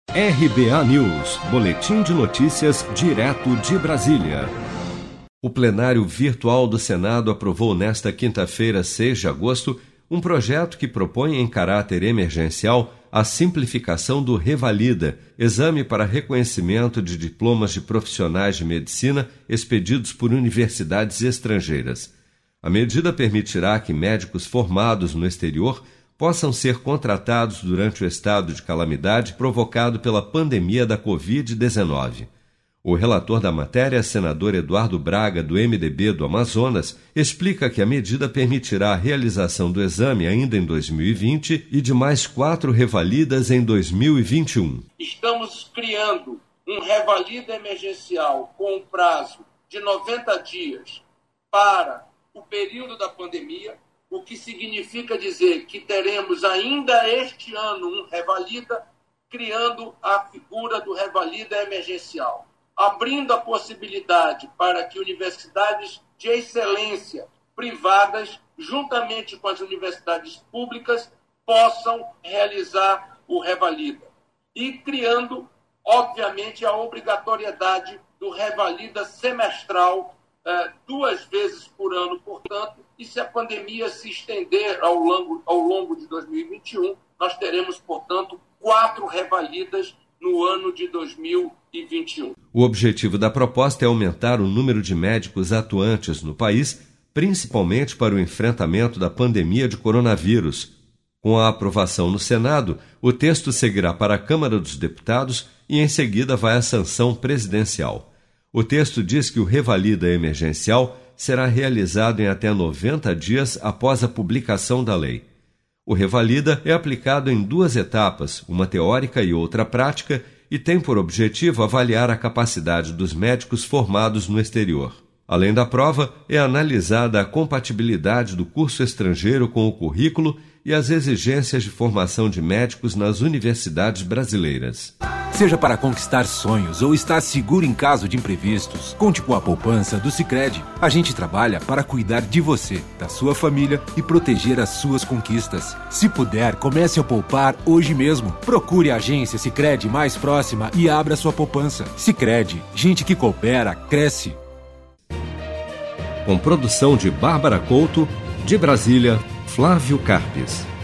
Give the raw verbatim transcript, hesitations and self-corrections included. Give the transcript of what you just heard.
R B A News, boletim de notícias direto de Brasília. O plenário virtual do Senado aprovou nesta quinta-feira, seis de agosto, um projeto que propõe em caráter emergencial a simplificação do Revalida, exame para reconhecimento de diplomas de profissionais de medicina expedidos por universidades estrangeiras. A medida permitirá que médicos formados no exterior possam ser contratados durante o estado de calamidade provocado pela pandemia da covid dezenove. O relator da matéria, senador Eduardo Braga, do M D B do Amazonas, explica que a medida permitirá a realização do exame ainda em dois mil e vinte e de mais quatro revalidas em dois mil e vinte e um. Estamos criando um revalida emergencial com um prazo de noventa dias para o período da pandemia, o que significa dizer que teremos ainda este ano um revalida, criando a figura do revalida emergencial, abrindo a possibilidade para que universidades de excelência privadas, juntamente com as universidades públicas, possam realizar o revalida. E criando, obviamente, a obrigatoriedade do revalida semestral, eh, duas vezes por ano, portanto, e se a pandemia se estender ao longo, ao longo de dois mil e vinte e um, nós teremos, portanto, quatro revalidas no ano de dois mil e vinte e um. O objetivo da proposta é aumentar o número de médicos atuantes no país, principalmente para o enfrentamento da pandemia de coronavírus. Com a aprovação no Senado, o texto seguirá para a Câmara dos Deputados e, em seguida, vai à sanção presidencial. O texto diz que o revalida emergencial será realizado em até noventa dias após a publicação da lei. O revalida é aplicado em duas etapas, uma teórica e outra prática, e tem por objetivo avaliar a capacidade dos médicos formados no exterior. Além da prova, é analisada a compatibilidade do curso estrangeiro com o currículo e as exigências de formação de médicos nas universidades brasileiras. Seja para conquistar sonhos ou estar seguro em caso de imprevistos, conte com a poupança do Sicredi. A gente trabalha para cuidar de você, da sua família e proteger as suas conquistas. Se puder, comece a poupar hoje mesmo. Procure a agência Sicredi mais próxima e abra sua poupança. Sicredi, gente que coopera, cresce. Com produção de Bárbara Couto, de Brasília, Flávio Carpes.